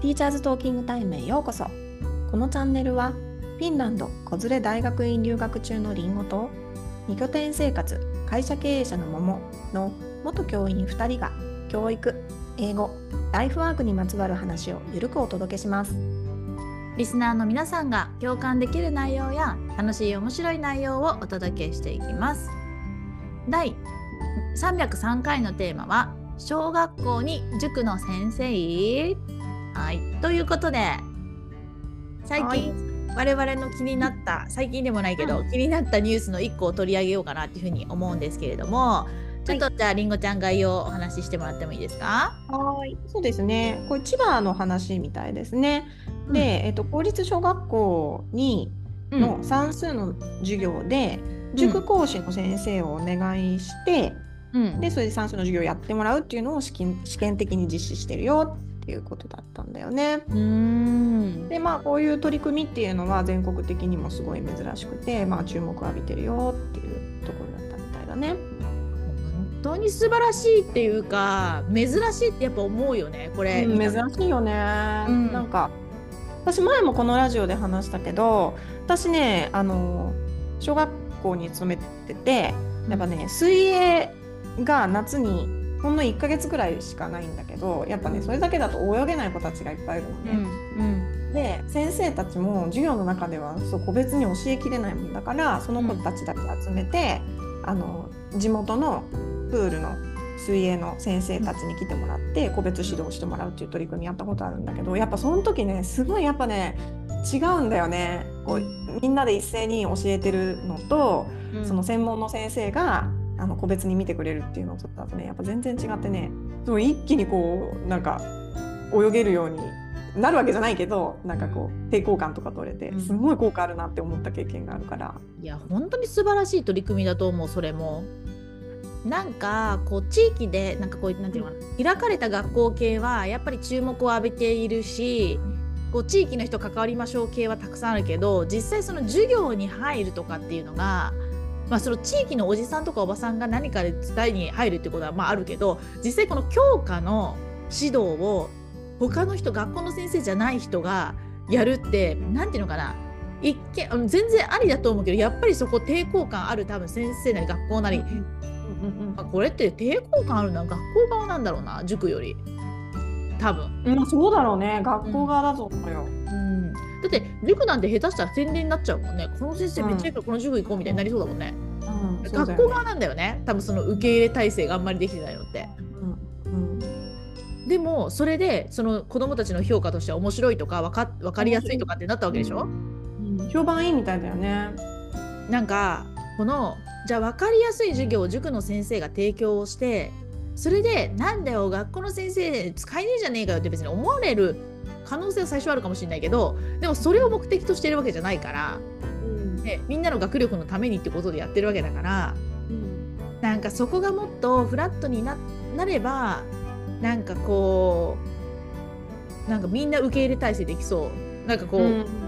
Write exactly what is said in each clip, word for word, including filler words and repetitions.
ティーチャーズトーキングタイムへようこそ。このチャンネルはフィンランド子連れ大学院留学中のりんごとに拠点生活会社経営者の桃の元教員ふたりが教育、英語、ライフワークにまつわる話をゆるくお届けします。 リスナーの皆さんが共感できる内容や楽しい面白い内容をお届けしていきます。だいさんびゃくさんかいのテーマは小学校に塾の先生、はい、ということで最近、はい、我々の気になった最近でもないけど、うん、気になったニュースのいっこを取り上げようかなというふうに思うんですけれども、ちょっとじゃありんごちゃん概要をお話ししてもらってもいいですか？ はい、そうですね。これ千葉の話みたいですね。うん、で、えっと、公立小学校にの算数の授業で、うん、塾講師の先生をお願いして、うん、でそれで算数の授業をやってもらうっていうのを試験、試験的に実施してるよっていうことだったんだよね。うーんでまあこういう取り組みっていうのは全国的にもすごい珍しくて、まあ、注目を浴びてるよっていうところだったみたいだね。 本当に素晴らしいっていうか珍しいってやっぱ思うよねこれ、 うん、珍しいよね、うん、なんか私前もこのラジオで話したけど、私ねあの小学校に勤めててやっぱね、うん、水泳が夏にほんのいっかげつくらいしかないんだけど、やっぱねそれだけだと泳げない子たちがいっぱいいるのね、うんうん、で先生たちも授業の中ではそう個別に教えきれないもんだから、その子たちだけ集めて、うん、あの地元のプールの水泳の先生たちに来てもらって個別指導してもらうっていう取り組みやったことあるんだけど、やっぱその時ねすごいやっぱね違うんだよね。こうみんなで一斉に教えてるのと、うん、その専門の先生があの個別に見てくれるっていうのとだとねやっぱ全然違ってね、そう一気にこうなんか泳げるようになるわけじゃないけど、なんかこう抵抗感とか取れてすごい効果あるなって思った経験があるから、 いや本当に素晴らしい取り組みだと思う。それもなんかこう地域でなんかこうなんていうのかな、開かれた学校系はやっぱり注目を浴びているし、こう地域の人関わりましょう系はたくさんあるけど、実際その授業に入るとかっていうのが、まあ、その地域のおじさんとかおばさんが何かで伝えに入るってことはまああるけど、実際この教科の指導を他の人、学校の先生じゃない人がやるってなんていうのかな、一見全然ありだと思うけど、やっぱりそこ抵抗感ある多分先生なり学校なり、うんうん、これって抵抗感あるのは学校側なんだろうな、塾より多分、 うん、そうだろうね、学校側だと思うよ、 うん、だって塾なんて下手したら宣伝になっちゃうもんね。この先生めっちゃいいからこの塾行こうみたいになりそうだもんね、うんうん、学校側なんだよね多分、その受け入れ体制があんまりできてないのって、うんうん、でもそれでその子どもたちの評価としては面白いとか分か、分かりやすいとかってなったわけでしょ、うんうん、評判いいみたいだよね。 なんかこのじゃあ分かりやすい授業を塾の先生が提供して、それでなんだよ学校の先生使えねえじゃねえかよって別に思われる可能性は最初あるかもしれないけど、でもそれを目的としているわけじゃないから、うん、でみんなの学力のためにってことでやってるわけだから、うん、なんかそこがもっとフラットに な, なればなんかこうなんかみんな受け入れ体制できそう、なんかこう、うん、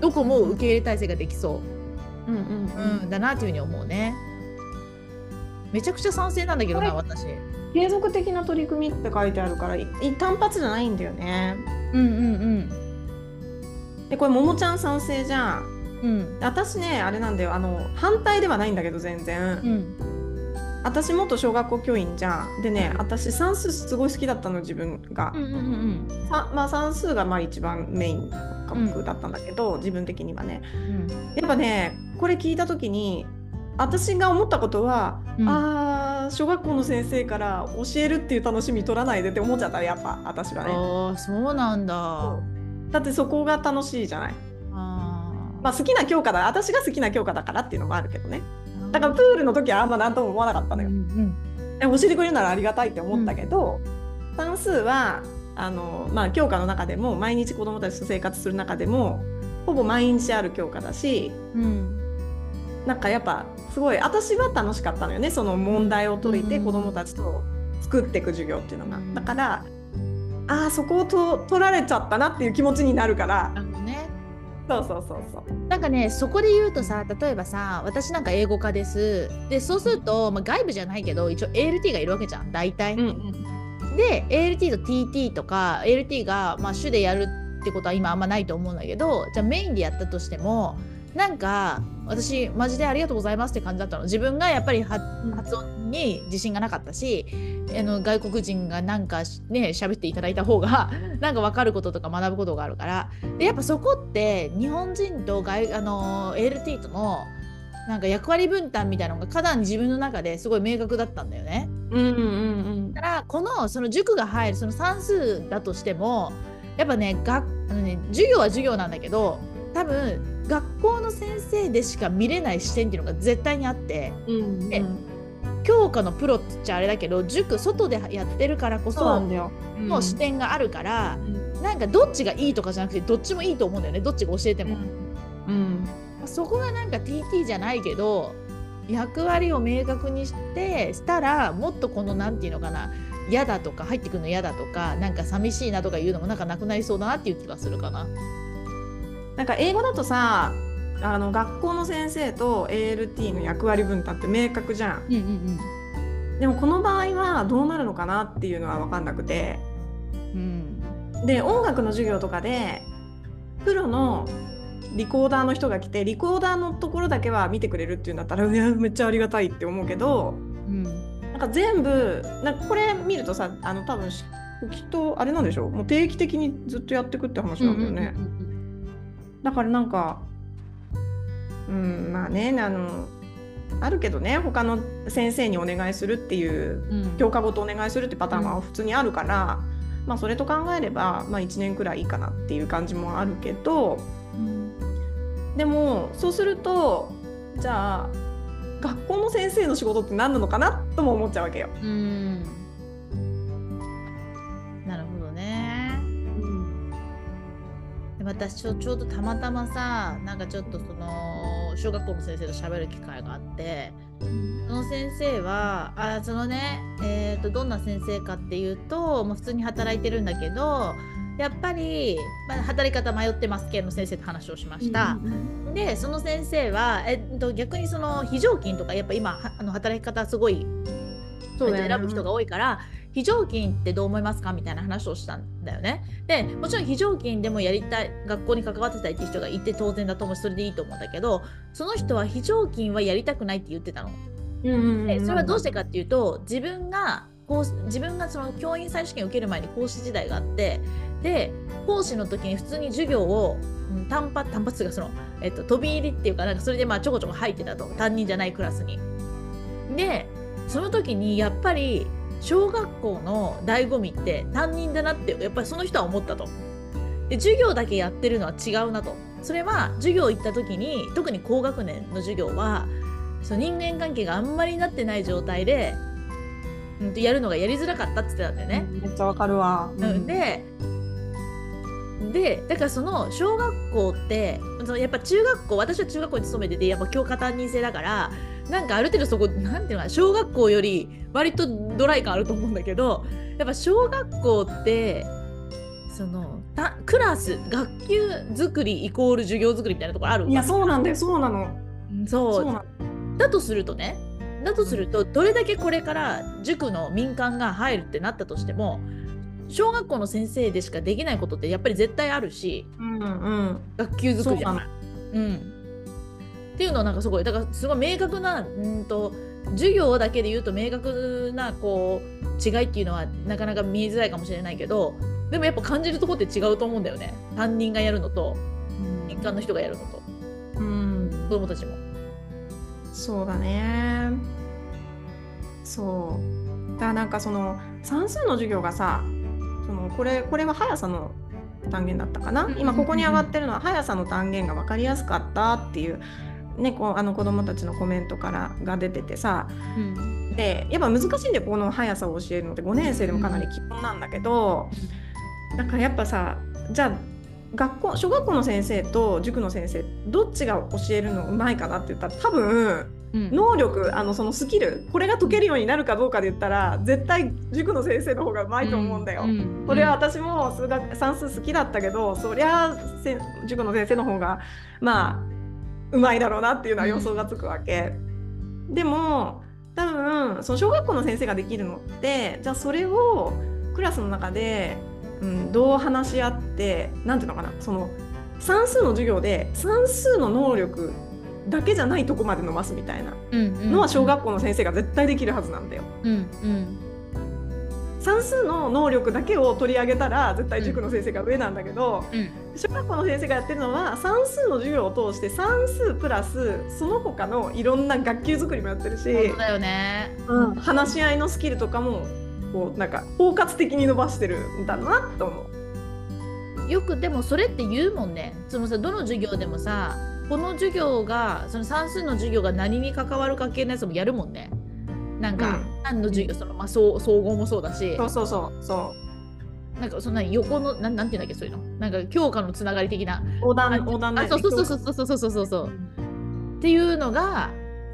どこも受け入れ体制ができそう、うんうんうん、だなというふうに思うね。めちゃくちゃ賛成なんだけどな私。 継続的な取り組みって書いてあるから単発じゃないんだよね。 うんうんうん。 でこれももちゃん賛成じゃん、うん、私ねあれなんだよ、あの反対ではないんだけど全然、うん、私元小学校教員じゃん。でね、私算数すごい好きだったの自分が、うんうんうん、まあ、算数がまあ一番メイン科目だったんだけど、うん、自分的にはね、うん、やっぱねこれ聞いた時に私が思ったことは、うん、あ小学校の先生から教えるっていう楽しみ取らないでって思っちゃった、やっぱ私はね。 あそうなんだ。 だってそこが楽しいじゃない。あ、まあ、好きな教科だ、私が好きな教科だからっていうのもあるけどね。だからプールの時はあんま何とも思わなかったのよ、うんうん、教えてくれるならありがたいって思ったけど、うん、算数はあの、まあ、教科の中でも毎日子どもたちと生活する中でもほぼ毎日ある教科だし、うん、なんかやっぱすごい私は楽しかったのよね、その問題を解いて子どもたちと作っていく授業っていうのが、うん、だからあそこをと取られちゃったなっていう気持ちになるから、あのね、そうそうそうそう、 なんかねそこで言うとさ、例えばさ私なんか英語科ですで、そうすると、まあ、外部じゃないけど一応 エーエルティー がいるわけじゃん大体、うんうん、で エーエルティー と ティーティー とか エーエルティー が、まあ、主でやるってことは今あんまないと思うんだけど、じゃあメインでやったとしてもなんか私マジでありがとうございますって感じだったの。自分がやっぱり発音に自信がなかったし、あの外国人がなんかね喋っていただいた方がなんか分かることとか学ぶことがあるから、でやっぱそこって日本人と外あの エーエルティー とのなんか役割分担みたいなのがかなり自分の中ですごい明確だったんだよね。 うんうんうん。 だからこのその塾が入るその算数だとしてもやっぱね、があのね授業は授業なんだけど、多分学校の先生でしか見れない視点っていうのが絶対にあって、 うんうん、 で教科のプロって言っちゃあれだけど塾外でやってるからこその視点があるから、うん、なんかどっちがいいとかじゃなくてどっちもいいと思うんだよね、どっちが教えても。うんうんそこがなんか ティーティー じゃないけど役割を明確にしてしたらもっとこのなんていうのかな、嫌だとか入ってくるの嫌だとかなんか寂しいなとかいうのもなんかなくなりそうだなっていう気がするかな。 なんか英語だとさ、あの学校の先生と エーエルティー の役割分担って明確じゃん。うんうんうん、でもこの場合はどうなるのかなっていうのは分かんなくて、うん、で音楽の授業とかでプロのリコーダーの人が来てリコーダーのところだけは見てくれるっていうんだったらいやめっちゃありがたいって思うけど、うん、なんか全部なんかこれ見るとさ、あの多分きっとあれなんでしょう、もう定期的にずっとやっていくって話なんだよね、うんうんうんうん、だからなんかうんまあね、あのあるけどね、他の先生にお願いするっていう、うん、教科ごとお願いするってパターンは普通にあるから、うん、まあそれと考えれば、まあ、いちねんくらいいいかなっていう感じもあるけど、うん、でもそうするとじゃあ学校の先生の仕事って何なのかなとも思っちゃうわけよ。うんなるほどね、うん、で私ちょ、ちょうどたまたまさなんかちょっとその小学校の先生と喋る機会があって、うん、その先生はあそのね、えーと、どんな先生かっていうともう普通に働いてるんだけどやっぱり、まあ、働き方迷ってます系の先生と話をしました、うん、でその先生は、えっと、逆にその非常勤とかやっぱ今あの働き方すごいそうだよね、選ぶ人が多いから非常勤ってどう思いますかみたいな話をしたんだよね。でもちろん非常勤でもやりたい学校に関わってたいっていう人がいて当然だと思うしそれでいいと思うんだけどその人は非常勤はやりたくないって言ってたの、うんうんうん、でそれはどうしてかっていうと自分がこう自分がその教員再試験を受ける前に講師時代があってで講師の時に普通に授業を、うん、単発単発がその、えっと、飛び入りっていうかなんかそれでまあちょこちょこ入ってたと担任じゃないクラスに。でその時にやっぱり小学校の醍醐味って担任だなってやっぱりその人は思ったと。で授業だけやってるのは違うなと。それは授業行った時に特に高学年の授業はその人間関係があんまりなってない状態で、うん、やるのがやりづらかったって言ってたんだよね。 めっちゃわかるわ、 うん、ででだからその小学校ってそのやっぱ中学校私は中学校に勤めててやっぱ教科担任制だからなんかある程度そこなんていうのかな小学校より割とドライ感あると思うんだけどやっぱ小学校ってそのたクラス学級作りイコール授業作りみたいなところある。 いやそうなんだよそうなのそうそうなだとするとねだとするとどれだけこれから塾の民間が入るってなったとしても小学校の先生でしかできないことってやっぱり絶対あるし、うんうん、学級作りじゃない、うん、っていうのはなんかすごいだからすごい明確なうんと授業だけで言うと明確なこう違いっていうのはなかなか見えづらいかもしれないけどでもやっぱ感じるところって違うと思うんだよね。担任がやるのと民間の人がやるのと、うん、子供たちもそうだね。そうだからなんかその算数の授業がさそのこれ、これは速さの単元だったかな、うんうんうん、今ここに上がってるのは速さの単元が分かりやすかったっていう、ね、こうあの子どもたちのコメントからが出ててさ、うん、でやっぱ難しいんでこの速さを教えるのってごねん生でもかなり基本なんだけど、うん、だからやっぱさじゃあ学校小学校の先生と塾の先生どっちが教えるのうまいかなって言ったら多分うん、能力あのそのスキルこれが解けるようになるかどうかで言ったら絶対塾の先生の方がうまいと思うんだよ、うんうん、これは私も数学算数好きだったけどそりゃ塾の先生の方がまあうまいだろうなっていうのは予想がつくわけ、うん、でも多分その小学校の先生ができるのってじゃあそれをクラスの中でうん、どう話し合ってなんていうのかな、その算数の授業で算数の能力だけじゃないとこまで伸ばすみたいなのは小学校の先生が絶対できるはずなんだよ。 うんうん算数の能力だけを取り上げたら絶対塾の先生が上なんだけど、 うん、 小学校の先生がやってるのは算数の授業を通して算数プラスその他のいろんな学級作りもやってるし、 そうだよね、 うん、話し合いのスキルとかもこうなんか包括的に伸ばしてるんだなと思う。よくでもそれって言うもんね。そのさ、どの授業でもさ、この授業がその算数の授業が何に関わるか系のやつもやるもんね。なんか、うん、何の授業、そのまあ総総合もそうだし、 そうそうそうそうなんかそんな横のなんなんていうんだっけ、そういうのなんか教科のつながり的な横断横断ね、 あ、そうそうそうそうそうそうそうそう、うん、っていうのが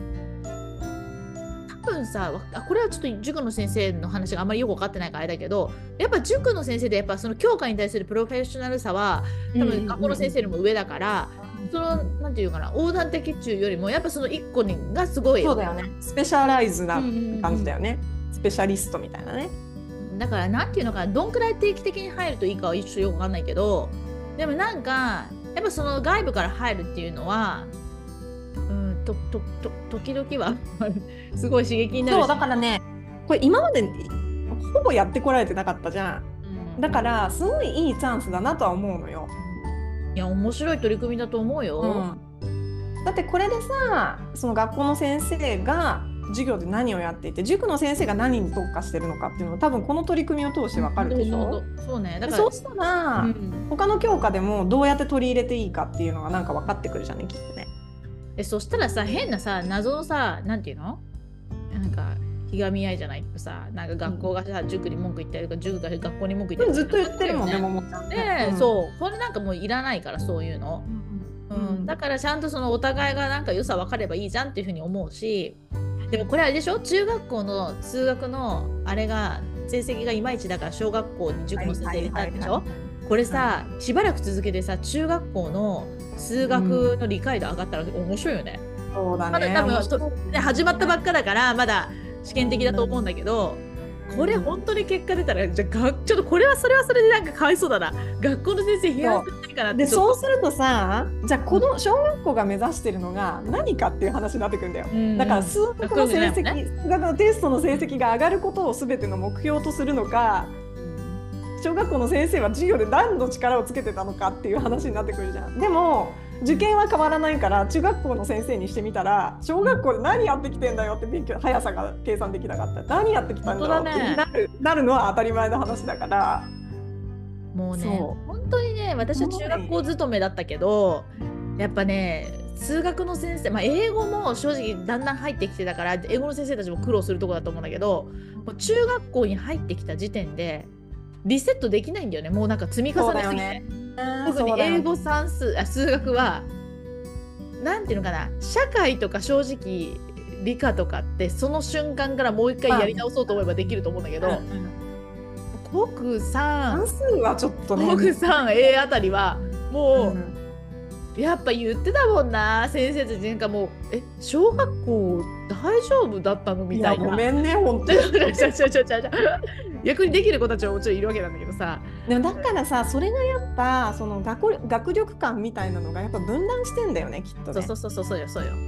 多分さ、あ、これはちょっと塾の先生の話があんまりよく分かってないからあれだけど、やっぱ塾の先生でやっぱその教科に対するプロフェッショナルさは多分学校の先生よりも上だから、うんうんうん、そのなんていうかな、横断的中よりもやっぱそのいっこにがすごい、 そうだよね、スペシャライズな感じだよね、うんうん、スペシャリストみたいなね。 だからなんていうのかな、どんくらい定期的に入るといいかは一緒よく分かんないけど、でもなんかやっぱその外部から入るっていうのは、うんととと時々はすごい刺激になるし。 そうだからね、これ今までほぼやってこられてなかったじゃん、うん、だからすごいいいチャンスだなとは思うのよ。 いや面白い取り組みだと思うよ、 うん、だってこれでさ、その学校の先生が授業で何をやっていて塾の先生が何に特化してるのかっていうのは多分この取り組みを通して分かるでしょ。 そうね、だからそうしたら、うん、他の教科でもどうやって取り入れていいかっていうのがなんか分かってくるじゃんね、きっとね。 でそしたらさ、変なさ、謎のさ、なんていうの、なんかひがみ合いじゃないけどさ、なんか学校がさ、うん、塾に文句言ったりとか塾が学校に文句言ったりとか、 ずっと言ってるもんね、ももちゃんね。 うん、そうこれなんかもういらないから、そういうの、うんうん、だからちゃんとそのお互いがなんか良さ分かればいいじゃんっていうふうに思うし、でもこれあれでしょ、中学校の数学のあれが成績がいまいちだから小学校に塾の先生入れたんでしょ。これさ、しばらく続けてさ、中学校の数学の理解度上がったら面白いよね、 うん、そうだね、 まだ多分、ね、始まったばっかだからまだ試験的だと思うんだけど、うん、これ本当に結果出たら、じゃあちょっとこれはそれはそれでなんかかわいそうだな、学校の先生批判してないかなって。 でそうするとさ、じゃあこの小学校が目指してるのが何かっていう話になってくるんだよ、うん、だから数学の成績、ね、数学のテストの成績が上がることを全ての目標とするのか、小学校の先生は授業で何の力をつけてたのかっていう話になってくるじゃん。でも受験は変わらないから中学校の先生にしてみたら、小学校で何やってきてんだよって勉強速さが計算できなかったら何やってきたんだろうってなる、なるのは当たり前の話だから。 もうね、本当にね、私は中学校勤めだったけど、やっぱね、数学の先生、まあ、英語も正直だんだん入ってきてたから英語の先生たちも苦労するところだと思うんだけど、もう中学校に入ってきた時点でリセットできないんだよね。もうなんか積み重ねすぎて、特に英語、算数、あ、数学はなんていうのかな、社会とか正直理科とかってその瞬間からもう一回やり直そうと思えばできると思うんだけど、国さん、 算数はちょっとね、 国さん A あたりはもう、うん、やっぱ言ってたもんな、先生たちなんかもう、え、小学校大丈夫だったのみたいな。 いやごめんね本当に逆にできる子たちはもちろんいるわけなんだけどさ。 でもだからさ、それがやっぱその 学, 学力感みたいなのがやっぱ分断してんだよね、きっとね。 そうそうそうそうよそうよ、うん、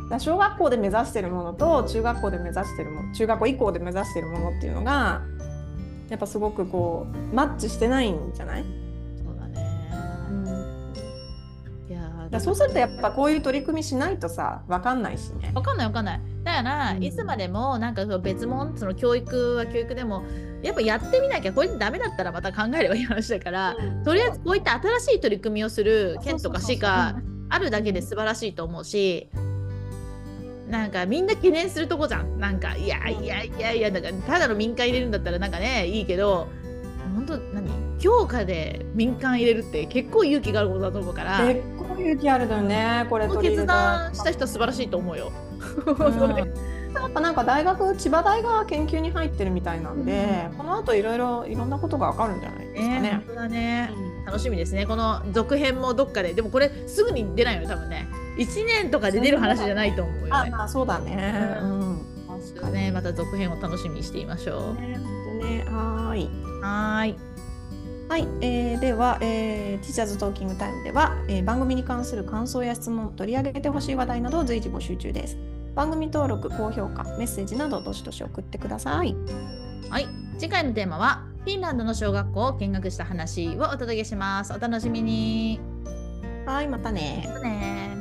だ小学校で目指してるものと中学校で目指してるもの、中学校以降で目指してるものっていうのがやっぱすごくこうマッチしてないんじゃない？ そうだね、うん、いやだそうするとやっぱこういう取り組みしないとさ分かんないしね。 分かんない分かんない。だから、うん、いつまでもなんか別物、その教育は教育でもやっぱやってみなきゃこれでダメだったらまた考えればいい話だから、うん、とりあえずこういった新しい取り組みをする県とか市があるだけで素晴らしいと思うし、なんかみんな懸念するとこじゃん。なんかいやいやいやいや、だからただの民間入れるんだったらなんかねいいけど、本当何教科で民間入れるって結構勇気があることだと思うから。 結構勇気あるだよね、これ取り入れた。 決断した人は素晴らしいと思うよ。 うん、やっぱなんか大学、千葉大が研究に入ってるみたいなんで、うん、この後いろいろいろんなことがわかるんじゃないですかね。 えー、本当だね、うん、楽しみですね。この続編もどっかで、でもこれすぐに出ないよね多分ね。いちねんとかで出る話じゃないと思うよね。 あ、まあそうだね。うん。 確かね、また続編を楽しみにしていましょう。 ね、本当ね。はーい。 はーい。 はい、えーでは、えー、ティーチャーズトーキングタイムでは、えー番組に関する感想や質問、取り上げてほしい話題などを随時募集中です。番組登録、高評価、メッセージなどどしどし送ってください。 はい、次回のテーマはフィンランドの小学校を見学した話をお届けします。お楽しみに。 はい、またね。 またね。